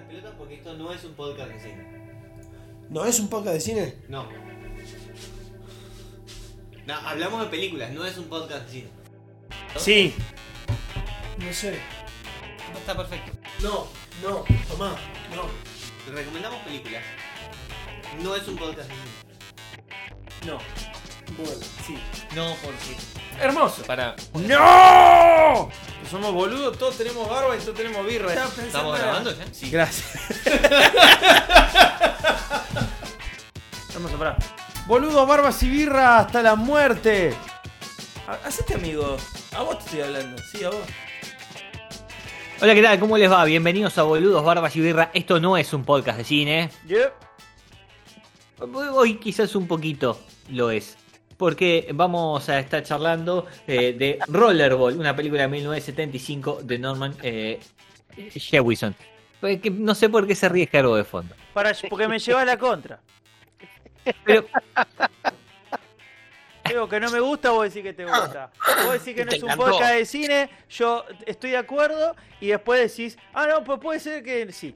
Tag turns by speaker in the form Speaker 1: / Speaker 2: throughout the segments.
Speaker 1: pelotas porque esto no es un podcast de cine.
Speaker 2: ¿No es un podcast de cine?
Speaker 1: No. No, hablamos de películas, no es un podcast de cine.
Speaker 2: Sí. No sé.
Speaker 1: No, está perfecto.
Speaker 2: No, tomá, no.
Speaker 1: Recomendamos películas. No es un podcast de cine.
Speaker 2: No. Bueno, sí.
Speaker 1: No, porque...
Speaker 2: Hermoso.
Speaker 1: Para...
Speaker 2: ¡No! Somos boludos, todos tenemos barba y todos tenemos birra.
Speaker 1: ¿Estamos grabando ya?
Speaker 2: Sí. Gracias. Vamos a parar. Boludos, barbas y birra hasta la muerte. Hacete amigo. A vos te estoy hablando. Sí, a vos.
Speaker 1: Hola, ¿qué tal? ¿Cómo les va? Bienvenidos a Boludos, Barbas y Birra. Esto no es un podcast de cine.
Speaker 2: Yep.
Speaker 1: Hoy quizás un poquito lo es. Porque vamos a estar charlando de Rollerball, una película de 1975 de Norman Jewison. Que no sé por qué se ríe Gerbo de fondo.
Speaker 3: Porque me lleva a la contra.
Speaker 1: Pero
Speaker 3: Digo que no me gusta, vos decís que te gusta. Vos decís que no
Speaker 4: Te
Speaker 3: es un
Speaker 4: encantó.
Speaker 3: podcast de cine, yo estoy de acuerdo, y después decís, no, pues puede ser que sí.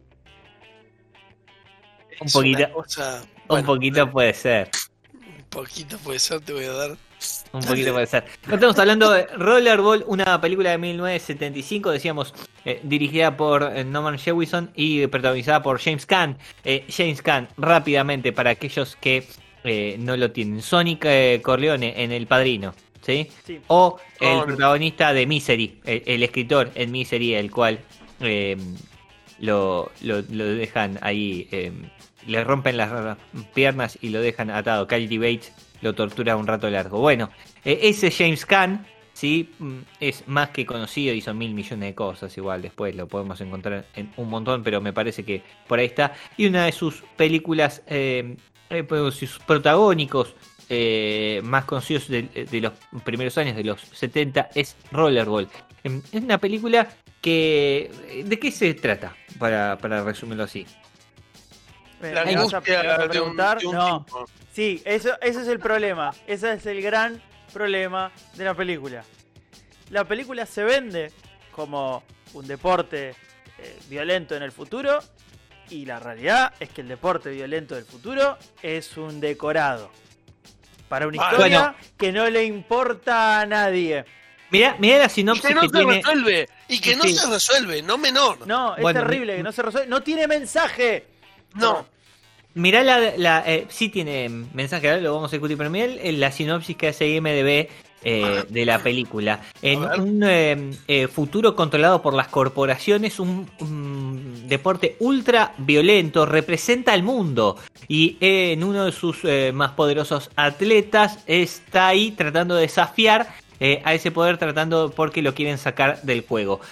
Speaker 1: Un
Speaker 4: Es
Speaker 1: poquito.
Speaker 4: una cosa-
Speaker 1: un
Speaker 4: bueno,
Speaker 1: poquito puede ser.
Speaker 4: Un poquito puede ser, te voy a dar.
Speaker 1: Un poquito puede ser. No estamos hablando de Rollerball, una película de 1975, decíamos, dirigida por Norman Jewison y protagonizada por James Caan. James Caan, rápidamente, para aquellos que no lo tienen. Sonic Corleone en El Padrino, ¿sí?
Speaker 3: Sí.
Speaker 1: O el
Speaker 4: no.
Speaker 1: protagonista de Misery, el escritor en Misery, el cual lo dejan ahí, le rompen las piernas y lo dejan atado. Cali Bates lo tortura un rato largo. Bueno, ese James Caan, ¿sí? Es más que conocido, hizo 1.000 millones de cosas, igual después lo podemos encontrar en un montón, pero me parece que por ahí está. Y una de sus películas, sus protagónicos más conocidos de los primeros años, de los 70, es Rollerball. Es una película que... ¿De qué se trata? Para resumirlo así.
Speaker 4: La
Speaker 3: ¿Me vas a
Speaker 4: angustia de un
Speaker 3: preguntar? No.
Speaker 4: tipo.
Speaker 3: Sí, ese es el problema. Ese es el gran problema de la película. La película se vende como un deporte violento en el futuro, y la realidad es que el deporte violento del futuro es un decorado para una historia
Speaker 1: Bueno.
Speaker 3: que no le importa a nadie.
Speaker 1: Mirá la
Speaker 4: Y
Speaker 1: sinopsis
Speaker 4: que no
Speaker 1: que
Speaker 4: se
Speaker 1: tiene.
Speaker 4: resuelve. Y que no
Speaker 1: Sí.
Speaker 4: se resuelve, no menor.
Speaker 3: No, es
Speaker 1: Bueno,
Speaker 3: terrible que no se resuelve. No tiene mensaje.
Speaker 4: No.
Speaker 1: Mirá sí tiene mensaje, ahora lo vamos a discutir, pero mirá la sinopsis que hace IMDb de la película. En
Speaker 4: A ver.
Speaker 1: un futuro controlado por las corporaciones, un deporte ultra violento representa al mundo. Y en uno de sus más poderosos atletas está ahí tratando de desafiar a ese poder, porque lo quieren sacar del juego.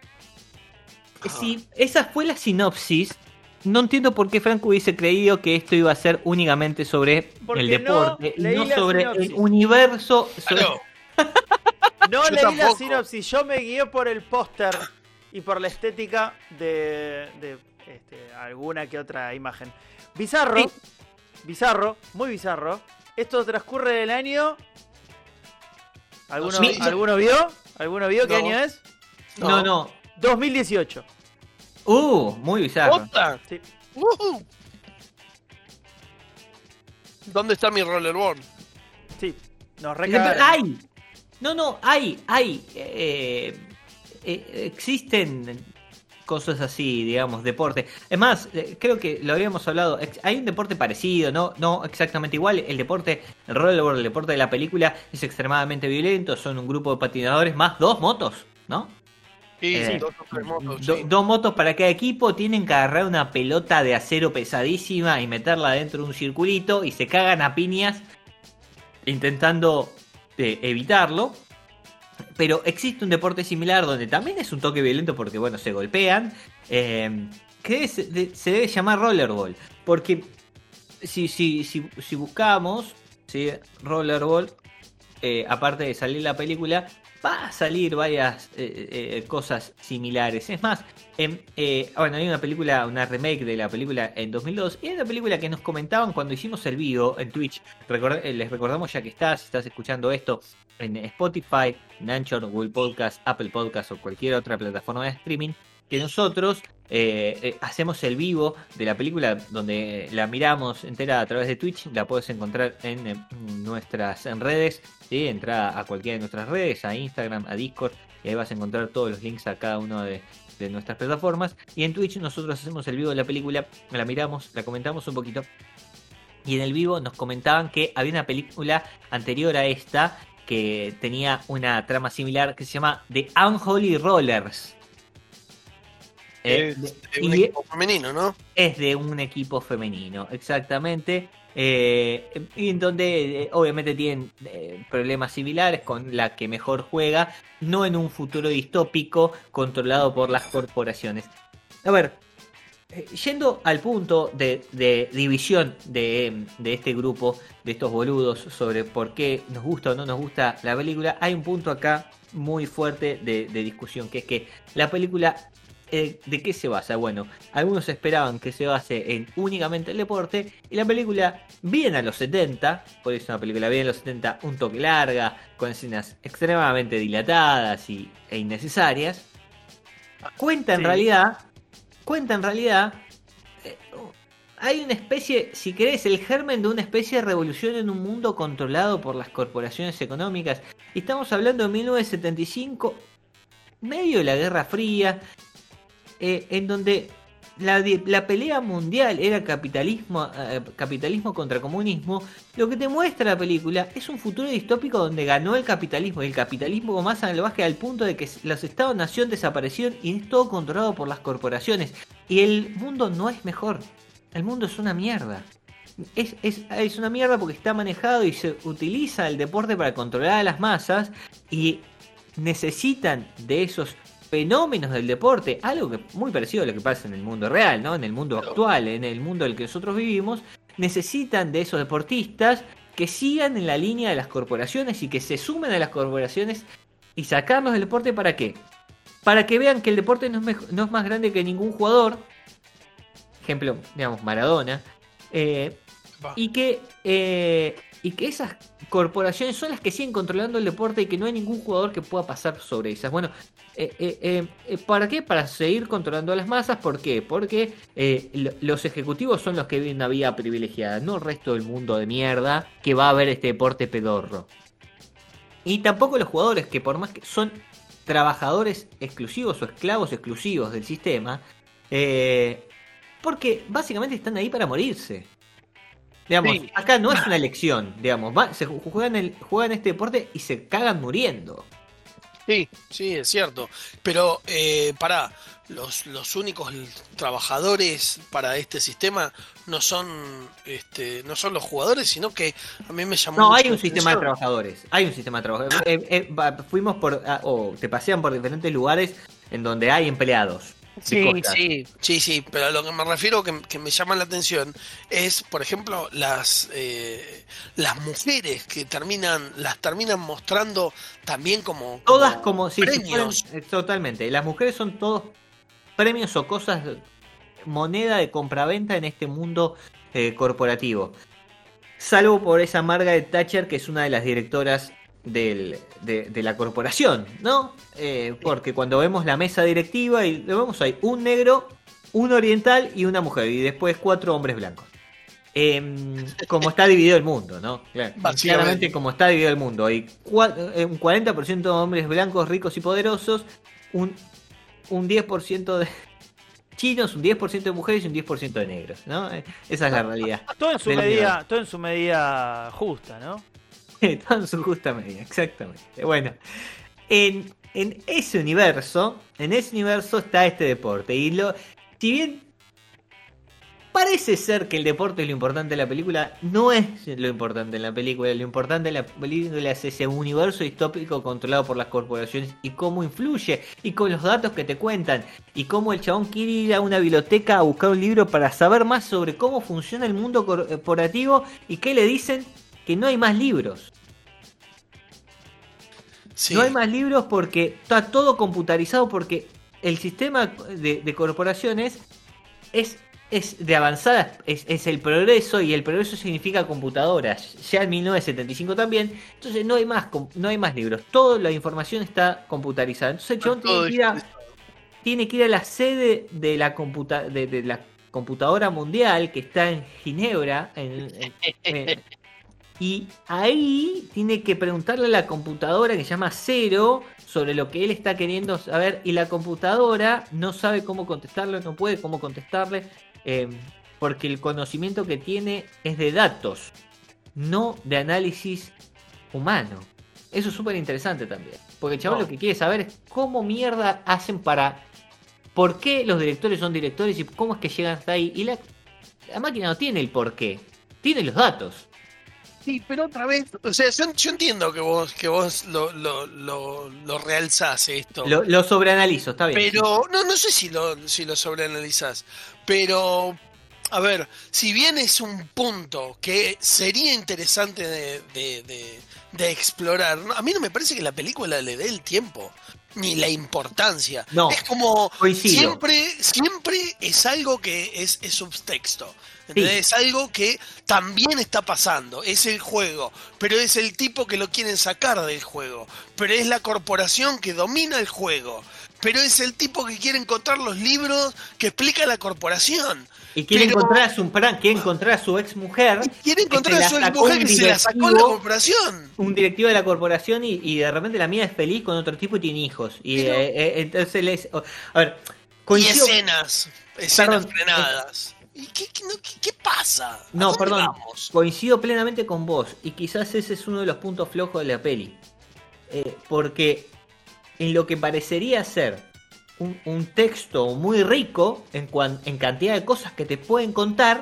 Speaker 1: Si esa fue la sinopsis, no entiendo por qué Franco hubiese creído que esto iba a ser únicamente sobre
Speaker 3: Porque
Speaker 1: el deporte,
Speaker 3: no leí
Speaker 1: no
Speaker 3: la
Speaker 1: sobre
Speaker 3: sinopsis.
Speaker 1: el universo.
Speaker 4: Aló.
Speaker 3: No
Speaker 4: Yo
Speaker 3: leí la
Speaker 4: tampoco.
Speaker 3: sinopsis, yo me guié por el póster y por la estética de alguna que otra imagen. Bizarro,
Speaker 1: Sí.
Speaker 3: bizarro, muy bizarro. Esto transcurre del año... ¿Alguno,
Speaker 4: Sí.
Speaker 3: ¿alguno vio? ¿Alguno vio qué
Speaker 4: No.
Speaker 3: año es?
Speaker 1: No.
Speaker 3: 2018.
Speaker 1: Muy bizarro.
Speaker 4: ¿Otra?
Speaker 3: Sí.
Speaker 4: ¿Dónde está mi rollerball?
Speaker 3: Sí, nos recagaron.
Speaker 1: ¡Ay! No, hay. Existen cosas así, digamos, deporte. Es más, creo que lo habíamos hablado. Hay un deporte parecido, no exactamente igual. El rollerball, el deporte de la película, es extremadamente violento. Son un grupo de patinadores más 2 motos, ¿no?
Speaker 4: Sí,
Speaker 1: Sí.
Speaker 4: 2 o 3 motos.
Speaker 1: Do-
Speaker 4: sí.
Speaker 1: 2 motos para cada equipo, tienen que agarrar una pelota de acero pesadísima y meterla dentro de un circulito y se cagan a piñas intentando evitarlo. Pero existe un deporte similar donde también es un toque violento porque, bueno, se golpean, que se debe llamar rollerball. Porque si buscamos, ¿sí? Rollerball, aparte de salir la película, va a salir varias cosas similares. Es más, bueno, hay una remake de la película en 2002, y hay una película que nos comentaban cuando hicimos el video en Twitch. Les recordamos, ya que si estás escuchando esto en Spotify, en Anchor, Google Podcast, Apple Podcast o cualquier otra plataforma de streaming, que nosotros hacemos el vivo de la película donde la miramos entera a través de Twitch. La puedes encontrar en nuestras redes, ¿sí? Entra a cualquiera de nuestras redes, a Instagram, a Discord, y ahí vas a encontrar todos los links a cada una de nuestras plataformas. Y en Twitch nosotros hacemos el vivo de la película, la miramos, la comentamos un poquito, y en el vivo nos comentaban que había una película anterior a esta que tenía una trama similar, que se llama The Unholy Rollers.
Speaker 4: Es de un equipo femenino, ¿no?
Speaker 1: Es de un equipo femenino, exactamente. Y en donde obviamente tienen problemas similares con la que mejor juega, no en un futuro distópico controlado por las corporaciones. A ver, yendo al punto de división de este grupo, de estos boludos, sobre por qué nos gusta o no nos gusta la película, hay un punto acá muy fuerte de discusión, que es que la película... ¿de qué se basa? Bueno, algunos esperaban que se base en únicamente el deporte, y la película viene a los 70, por eso es una película bien a los 70, un toque larga, con escenas extremadamente dilatadas e innecesarias. Cuenta en realidad, hay una especie, si querés, el germen de una especie de revolución en un mundo controlado por las corporaciones económicas. Y estamos hablando de 1975, medio de la Guerra Fría, en donde la pelea mundial era capitalismo contra comunismo. Lo que te muestra la película es un futuro distópico donde ganó el capitalismo, y el capitalismo más salvaje, al punto de que los estados-nación desaparecieron y es todo controlado por las corporaciones. Y el mundo no es mejor, el mundo es una mierda. Es una mierda porque está manejado y se utiliza el deporte para controlar a las masas, y necesitan de esos fenómenos del deporte, algo que muy parecido a lo que pasa en el mundo real, ¿no? En el mundo actual, en el mundo en el que nosotros vivimos, necesitan de esos deportistas que sigan en la línea de las corporaciones y que se sumen a las corporaciones, y sacarlos del deporte. ¿Para qué? Para que vean que el deporte no es más grande que ningún jugador, ejemplo, digamos, Maradona, y que esas corporaciones son las que siguen controlando el deporte y que no hay ningún jugador que pueda pasar sobre esas. Bueno, ¿para qué? Para seguir controlando a las masas. ¿Por qué? Porque los ejecutivos son los que viven una vida privilegiada, no el resto del mundo de mierda que va a ver este deporte pedorro. Y tampoco los jugadores, que por más que son trabajadores exclusivos o esclavos exclusivos del sistema, porque básicamente están ahí para morirse. Digamos, sí. Acá no es una elección, digamos, se juegan este deporte y se cagan muriendo.
Speaker 4: Sí, es cierto. Pero, los únicos trabajadores para este sistema no son los jugadores, sino que a mí me llamó.
Speaker 1: No, hay un sistema de trabajadores. Fuimos te pasean por diferentes lugares en donde hay empleados.
Speaker 4: Sí, pero a lo que me refiero que me llama la atención es, por ejemplo, las mujeres que las terminan mostrando también como premios.
Speaker 1: Totalmente. Las mujeres son todos premios o cosas, moneda de compraventa en este mundo corporativo. Salvo por esa Margaret Thatcher, que es una de las directoras de la corporación, ¿no? Porque cuando vemos la mesa directiva y lo vemos, hay un negro, un oriental y una mujer, y después 4 hombres blancos. Como está dividido el mundo, ¿no? Claramente como está dividido el mundo, hay un 40% de hombres blancos ricos y poderosos, un 10% de chinos, un 10% de mujeres y un 10% de negros, ¿no? Esa es la realidad.
Speaker 3: Todo en su medida justa, ¿no?
Speaker 1: Todo en su justa medida, exactamente. Bueno, en ese universo está este deporte. Y si bien parece ser que el deporte es lo importante de la película, no es lo importante en la película. Lo importante de la película es ese universo distópico controlado por las corporaciones y cómo influye, y con los datos que te cuentan, y cómo el chabón quiere ir a una biblioteca a buscar un libro para saber más sobre cómo funciona el mundo corporativo, y qué le dicen. Que no hay más libros. Sí. No hay más libros porque está todo computarizado, porque el sistema de corporaciones es de avanzada, es el progreso, y el progreso significa computadoras. Ya en 1975 también. Entonces no hay más libros. Toda la información está computarizada. Entonces el chabón tiene que ir tiene que ir a la sede de la, de la computadora mundial que está en Ginebra. Y ahí tiene que preguntarle a la computadora que se llama Cero sobre lo que él está queriendo saber. Y la computadora no sabe cómo contestarle, no puede cómo contestarle. Porque el conocimiento que tiene es de datos, no de análisis humano. Eso es súper interesante también. Porque el chaval lo que quiere saber es cómo mierda hacen para... ¿Por qué los directores son directores y cómo es que llegan hasta ahí? Y la máquina no tiene el por qué, tiene los datos.
Speaker 4: Sí, pero otra vez, o sea, yo entiendo que vos lo realzás esto.
Speaker 1: Lo sobreanalizo, está bien.
Speaker 4: Pero no sé si lo sobreanalizás. Pero, a ver, si bien es un punto que sería interesante de explorar, a mí no me parece que la película le dé el tiempo ni la importancia.
Speaker 1: No,
Speaker 4: es como
Speaker 1: coincido.
Speaker 4: siempre es algo que es subtexto.
Speaker 1: Sí.
Speaker 4: Es algo que también está pasando, es el juego, pero es el tipo que lo quieren sacar del juego, pero es la corporación que domina el juego, pero es el tipo que quiere encontrar los libros que explica la corporación.
Speaker 1: Y quiere encontrar a su ex mujer.
Speaker 4: Quiere encontrar a su ex mujer que se la sacó la corporación.
Speaker 1: Un directivo de la corporación y de repente la mía es feliz con otro tipo y tiene hijos. Y entonces a ver, coincido.
Speaker 4: Y escenas frenadas. ¿Y qué pasa?
Speaker 1: No, perdón,
Speaker 4: vamos?
Speaker 1: coincido plenamente con vos. Y quizás ese es uno de los puntos flojos de la peli. Porque en lo que parecería ser un texto muy rico en cantidad de cosas que te pueden contar,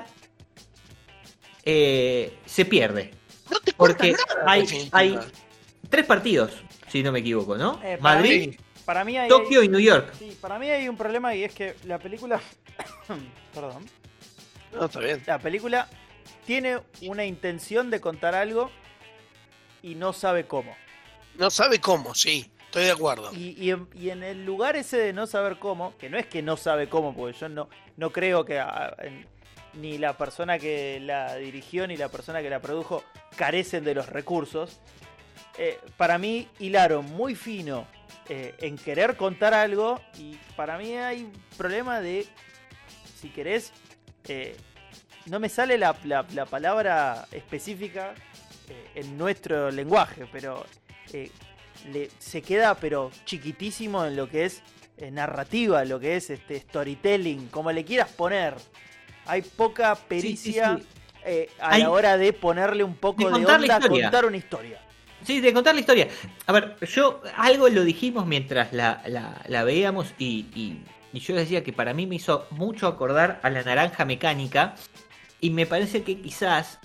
Speaker 1: se pierde.
Speaker 4: No te
Speaker 1: Porque
Speaker 4: nada,
Speaker 1: hay 3 partidos, si no me equivoco, ¿no? Madrid,
Speaker 3: para mí hay,
Speaker 1: Tokio y New York.
Speaker 3: Sí, para mí hay un problema y es que la película... Perdón.
Speaker 4: No, está bien.
Speaker 3: La película tiene una intención de contar algo y no sabe cómo.
Speaker 4: No sabe cómo, sí, estoy de acuerdo.
Speaker 3: Y en el lugar ese de no saber cómo, que no es que no sabe cómo, porque yo no creo que ni la persona que la dirigió ni la persona que la produjo carecen de los recursos. Para mí hilaron muy fino en querer contar algo y para mí hay un problema de, si querés, no me sale la palabra específica en nuestro lenguaje, pero se queda pero chiquitísimo en lo que es narrativa, lo que es storytelling, como le quieras poner. Hay poca pericia a la hora de ponerle un poco de onda a contar una historia.
Speaker 1: Sí, de contar la historia. A ver, algo lo dijimos mientras la veíamos y yo decía que para mí me hizo mucho acordar a La Naranja Mecánica y me parece que quizás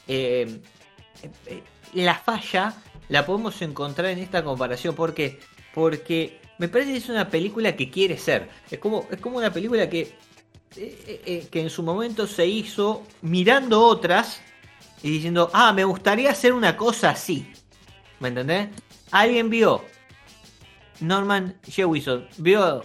Speaker 1: la falla la podemos encontrar en esta comparación. ¿Por qué? Porque me parece que es una película que quiere ser. Es como una película que en su momento se hizo mirando otras y diciendo, me gustaría hacer una cosa así. ¿Me entendés? Alguien vio Norman Jewison, vio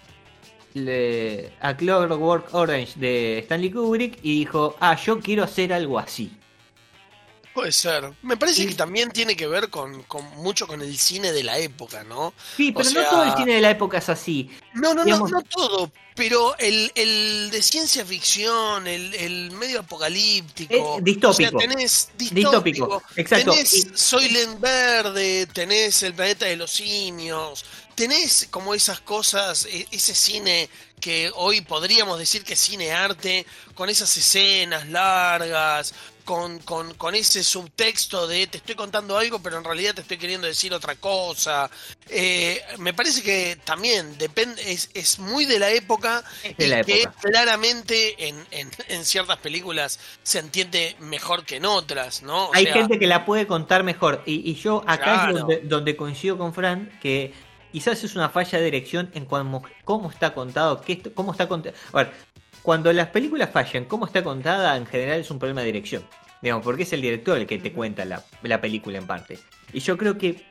Speaker 1: A Clockwork Orange de Stanley Kubrick y dijo, yo quiero hacer algo así.
Speaker 4: Puede ser. Me parece que también tiene que ver con mucho con el cine de la época, ¿no?
Speaker 1: Sí, pero no todo el cine de la época es así.
Speaker 4: No todo, pero el de ciencia ficción, el medio apocalíptico.
Speaker 1: Distópico.
Speaker 4: O sea, tenés
Speaker 1: distópico. Exacto.
Speaker 4: Tenés Soylent Verde, tenés El planeta de los simios, tenés como esas cosas, ese cine que hoy podríamos decir que es cine arte, con esas escenas largas, con ese subtexto de te estoy contando algo pero en realidad te estoy queriendo decir otra cosa. Me parece que también depende, es muy de la época que claramente en ciertas películas se entiende mejor que en otras, ¿no?
Speaker 1: Hay gente que la puede contar mejor y yo acá
Speaker 4: claro.
Speaker 1: es donde coincido con Fran, que quizás es una falla de dirección en cuanto cómo está contado, cómo está contado. A ver, cuando las películas fallan, cómo está contada en general es un problema de dirección. Digamos, porque es el director el que te cuenta la película en parte. Y yo creo que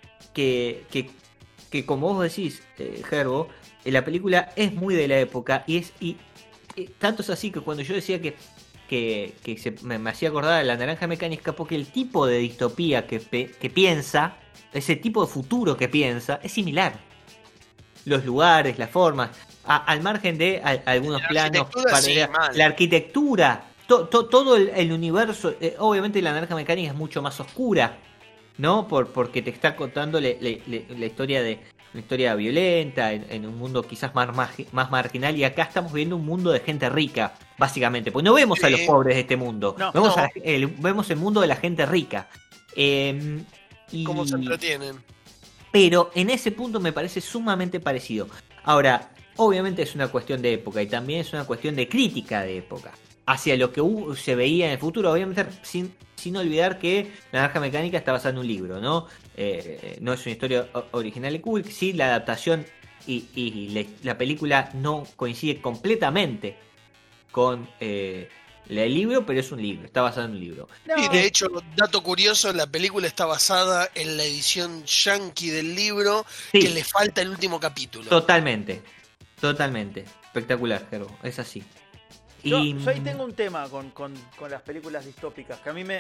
Speaker 1: como vos decís, Gerbo, la película es muy de la época y tanto es así que cuando yo decía que me hacía acordar de La Naranja Mecánica, porque el tipo de distopía que piensa, ese tipo de futuro que piensa, es similar. Los lugares, las formas. al margen de algunos
Speaker 4: La
Speaker 1: planos,
Speaker 4: arquitectura, sí, mal.
Speaker 1: la arquitectura, todo el universo, obviamente la naranja mecánica es mucho más oscura, ¿no? Porque te está contando la historia de una historia violenta en un mundo quizás más marginal, y acá estamos viendo un mundo de gente rica, básicamente, pues no vemos a los pobres de este mundo,
Speaker 3: No,
Speaker 1: vemos,
Speaker 4: no.
Speaker 1: vemos el mundo de la gente rica.
Speaker 4: ¿Cómo se entretienen?
Speaker 1: Pero en ese punto me parece sumamente parecido. Ahora, obviamente es una cuestión de época y también es una cuestión de crítica de época hacia lo que se veía en el futuro, obviamente sin olvidar que La Naranja Mecánica está basada en un libro, ¿no? No es una historia original y cool, sí, la adaptación y la película no coincide completamente con el libro, pero es un libro, está basado en un libro.
Speaker 3: No,
Speaker 4: Y de hecho, dato curioso, la película está basada en la edición yankee del libro,
Speaker 1: Sí.
Speaker 4: que le falta el último capítulo.
Speaker 1: Totalmente, espectacular, Gerbo, es así.
Speaker 3: yo ahí tengo un tema con las películas distópicas, que a mí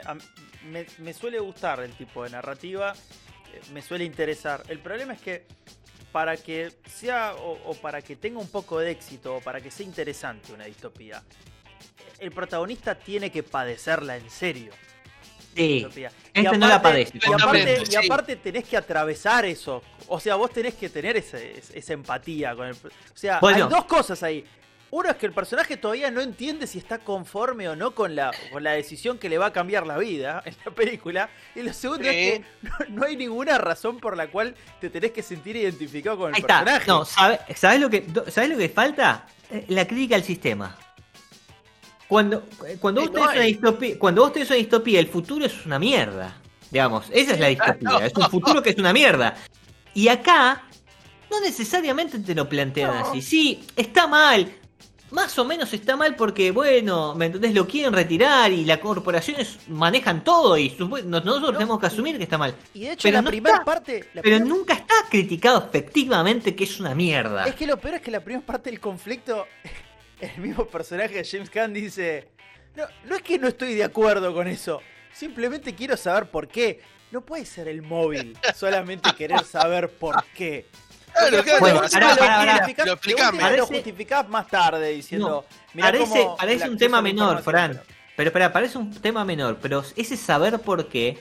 Speaker 3: me suele gustar el tipo de narrativa, me suele interesar. El problema es que para que sea o para que tenga un poco de éxito o para que sea interesante una distopía, el protagonista tiene que padecerla en serio.
Speaker 1: Sí,
Speaker 3: Distopía.
Speaker 1: este no la padece.
Speaker 4: Completamente,
Speaker 3: Y aparte tenés que atravesar eso. O sea, vos tenés que tener esa empatía con el... O sea,
Speaker 1: Bueno.
Speaker 3: hay dos cosas ahí. Uno es que el personaje todavía no entiende si está conforme o no con la decisión que le va a cambiar la vida en la película. Y lo segundo es que no hay ninguna razón por la cual te tenés que sentir identificado con el
Speaker 1: Ahí está.
Speaker 3: personaje.
Speaker 1: No, ¿sabes lo que falta? La crítica al sistema. Cuando vos tenés una distopía, el futuro es una mierda. Digamos, esa es la distopía. Es un futuro que es una mierda. Y acá, no necesariamente te lo plantean así. Sí, está mal. Más o menos está mal porque, bueno, ¿me entendés? Lo quieren retirar y las corporaciones manejan todo y nosotros tenemos que asumir que está mal.
Speaker 3: Y de hecho
Speaker 1: Pero
Speaker 3: la
Speaker 1: no
Speaker 3: primera
Speaker 1: está.
Speaker 3: parte...
Speaker 1: Pero nunca está criticado efectivamente que es una mierda.
Speaker 3: Es que lo peor es que la primera parte del conflicto, el mismo personaje de James Caan dice, no es que no estoy de acuerdo con eso, simplemente quiero saber por qué. No puede ser el móvil, solamente querer saber por qué.
Speaker 4: Claro, claro,
Speaker 1: Bueno,
Speaker 4: así
Speaker 1: pará,
Speaker 4: lo explicamos.
Speaker 3: Lo justificás más tarde diciendo, mirá
Speaker 1: parece
Speaker 3: cómo el
Speaker 1: un
Speaker 3: acceso
Speaker 1: tema
Speaker 3: a la
Speaker 1: menor,
Speaker 3: información,
Speaker 1: Fran. Pero parece un tema menor, pero ese saber por qué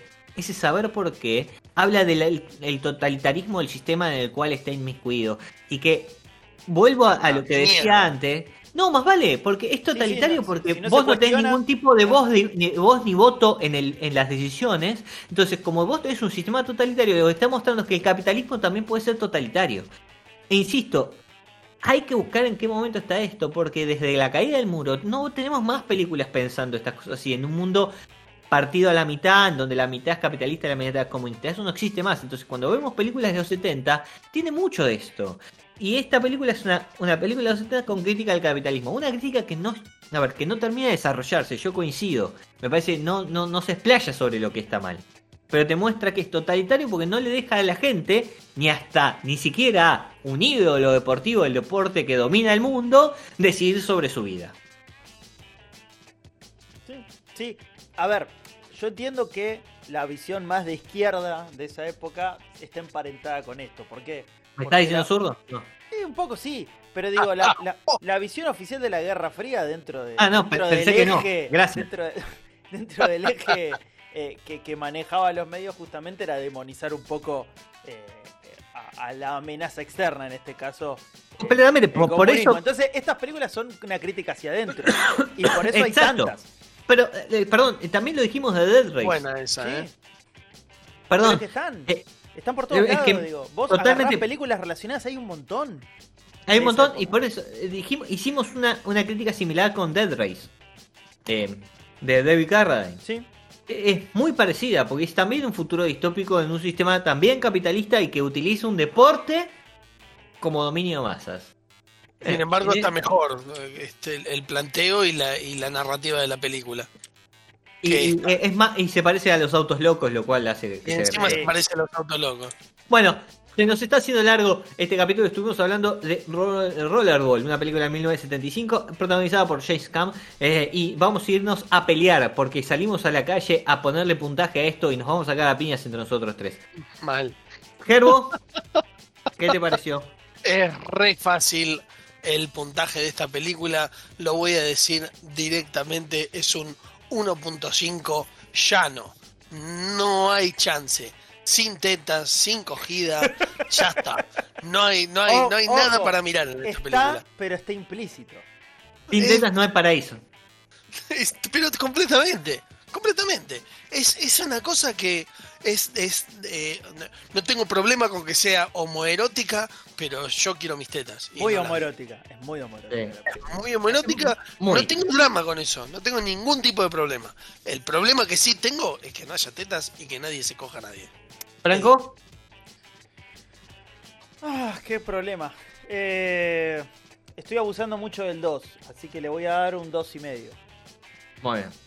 Speaker 1: habla del totalitarismo del sistema en el cual está inmiscuido. Y que vuelvo a lo que decía
Speaker 4: mierda.
Speaker 1: antes. No, más vale, porque es totalitario,
Speaker 3: no,
Speaker 1: porque
Speaker 3: si no
Speaker 1: vos
Speaker 3: se
Speaker 1: no tenés
Speaker 3: cuestiona-
Speaker 1: ningún tipo de voz ni voto en las decisiones. Entonces, como vos tenés un sistema totalitario, lo que está mostrando es que el capitalismo también puede ser totalitario. E insisto, hay que buscar en qué momento está esto, porque desde la caída del muro no tenemos más películas pensando estas cosas así, en un mundo partido a la mitad, en donde la mitad es capitalista y la mitad es comunista. Eso no existe más. Entonces, cuando vemos películas de los 70, tiene mucho de esto. Y esta película es una película de los 70 con crítica al capitalismo. Una crítica que no termina de desarrollarse, yo coincido. Me parece no se explaya sobre lo que está mal. Pero te muestra que es totalitario porque no le deja a la gente, ni siquiera a un ídolo deportivo del deporte que domina el mundo, decidir sobre su vida.
Speaker 3: Sí, a ver, yo entiendo que la visión más de izquierda de esa época está emparentada con esto. ¿Por qué?
Speaker 1: ¿Me
Speaker 3: Porque
Speaker 1: estás diciendo zurdo? No.
Speaker 3: Sí, un poco sí, pero digo, la visión oficial de la Guerra Fría dentro de
Speaker 1: Ah, no,
Speaker 3: dentro
Speaker 1: pensé
Speaker 3: del
Speaker 1: que no.
Speaker 3: eje,
Speaker 1: Gracias.
Speaker 3: dentro del eje que manejaba los medios justamente era demonizar un poco a la amenaza externa, en este caso.
Speaker 1: Completamente,
Speaker 3: el
Speaker 1: por
Speaker 3: comunismo.
Speaker 1: eso.
Speaker 3: Entonces, estas películas son una crítica hacia adentro. Y por eso hay
Speaker 1: Exacto.
Speaker 3: tantas.
Speaker 1: Pero, perdón, también lo dijimos de Dead Race.
Speaker 4: Buena esa,
Speaker 3: Sí.
Speaker 4: ¿eh?
Speaker 3: Pero
Speaker 1: Perdón.
Speaker 3: es que están.
Speaker 1: eh,
Speaker 3: Están por todos
Speaker 1: es
Speaker 3: lados,
Speaker 1: que
Speaker 3: digo. Vos
Speaker 1: totalmente-
Speaker 3: agarrás películas relacionadas, hay un montón.
Speaker 1: Hay un
Speaker 3: de
Speaker 1: montón,
Speaker 3: esa
Speaker 1: y por eso hicimos una crítica similar con Dead Race. De David Carradine.
Speaker 3: Sí.
Speaker 1: Es muy parecida, porque es también un futuro distópico en un sistema también capitalista y que utiliza un deporte como dominio de masas.
Speaker 4: Sin embargo,
Speaker 1: y-
Speaker 4: está mejor el planteo y la narrativa de la película.
Speaker 1: Y es más, y se parece a los autos locos, lo cual hace
Speaker 4: Y
Speaker 1: que
Speaker 4: encima
Speaker 1: se...
Speaker 4: se parece a los autos locos.
Speaker 1: Bueno, se nos está haciendo largo este capítulo. Estuvimos hablando de Rollerball, una película de 1975 protagonizada por James Caan, y vamos a irnos a pelear porque salimos a la calle a ponerle puntaje a esto y nos vamos a sacar a piñas entre nosotros tres.
Speaker 4: Mal.
Speaker 1: Gerbo, ¿qué te pareció?
Speaker 4: Es re fácil el puntaje de esta película, lo voy a decir directamente, es un 1.5 llano. No hay chance. Sin tetas, sin cogida, ya está. No hay nada
Speaker 3: Ojo,
Speaker 4: para mirar en esta
Speaker 3: está,
Speaker 4: película.
Speaker 3: pero está implícito.
Speaker 1: Sin tetas no hay paraíso.
Speaker 4: Pero completamente. Es una cosa que no tengo problema con que sea homoerótica, pero yo quiero mis tetas. Y
Speaker 3: Muy
Speaker 4: no las-
Speaker 3: homoerótica, es muy homoerótica.
Speaker 1: Sí.
Speaker 4: Muy homoerótica,
Speaker 1: Muy.
Speaker 4: no tengo drama con eso, no tengo ningún tipo de problema. El problema que sí tengo es que no haya tetas y que nadie se coja a nadie.
Speaker 1: Franco,
Speaker 3: Qué problema. Estoy abusando mucho del 2, así que le voy a dar un 2,5.
Speaker 1: muy bien.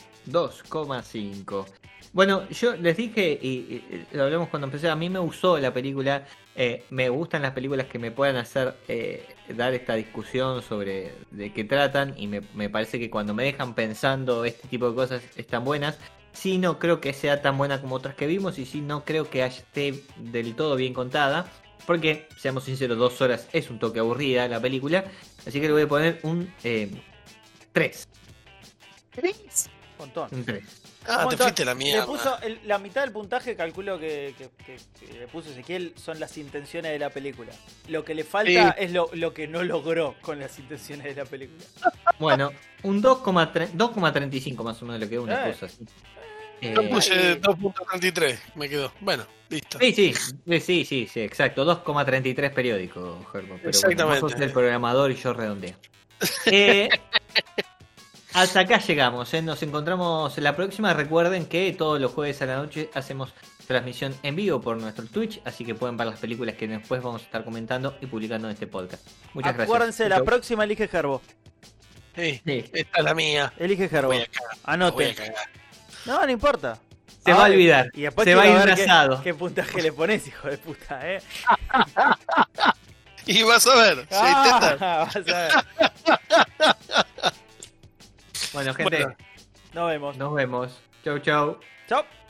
Speaker 1: 2,5. Bueno, yo les dije, y lo hablamos cuando empecé, a mí me gustó la película. Me gustan las películas que me puedan hacer dar esta discusión sobre de qué tratan, y me parece que cuando me dejan pensando este tipo de cosas están buenas. Sí, no creo que sea tan buena como otras que vimos, y sí, no creo que esté del todo bien contada, porque, seamos sinceros, 2 horas es un toque aburrida la película, así que le voy a poner un 3.
Speaker 3: Montón.
Speaker 1: Un 3.
Speaker 4: Ah, te
Speaker 3: Montón.
Speaker 4: fuiste a la
Speaker 3: Le
Speaker 4: mierda.
Speaker 3: puso la mitad del puntaje, calculo que le puso Ezequiel, son las intenciones de la película. Lo que le falta es lo que no logró con las intenciones de la película.
Speaker 1: Bueno, un 2,35 más o menos lo que una cosa así.
Speaker 4: Yo puse 2.33, me quedó. Bueno, listo.
Speaker 1: Sí, exacto. 2,33 periódico, Gerbo. Pero
Speaker 4: Exactamente.
Speaker 1: bueno, vos sos el programador y yo redondeo. Hasta acá llegamos, nos encontramos la próxima. Recuerden que todos los jueves a la noche hacemos transmisión en vivo por nuestro Twitch, así que pueden ver las películas que después vamos a estar comentando y publicando en este podcast. Muchas gracias.
Speaker 3: Acuérdense, la próxima elige Gerbo.
Speaker 4: Sí,
Speaker 1: Sí.
Speaker 4: esta es la mía.
Speaker 3: Elige Gerbo.
Speaker 4: Voy a cagar, voy a
Speaker 3: Anote.
Speaker 4: cagar.
Speaker 3: No importa.
Speaker 1: Se va a olvidar.
Speaker 3: Y después
Speaker 1: Se va a ir
Speaker 3: quiero
Speaker 1: un
Speaker 3: ver
Speaker 1: asado.
Speaker 3: qué puntaje le pones, hijo de puta,
Speaker 4: Y vas a ver, si hay tetas.
Speaker 3: Vas a ver.
Speaker 1: Bueno, gente,
Speaker 4: Bueno.
Speaker 3: Nos vemos.
Speaker 1: nos vemos. Chau, chau.
Speaker 3: Chao.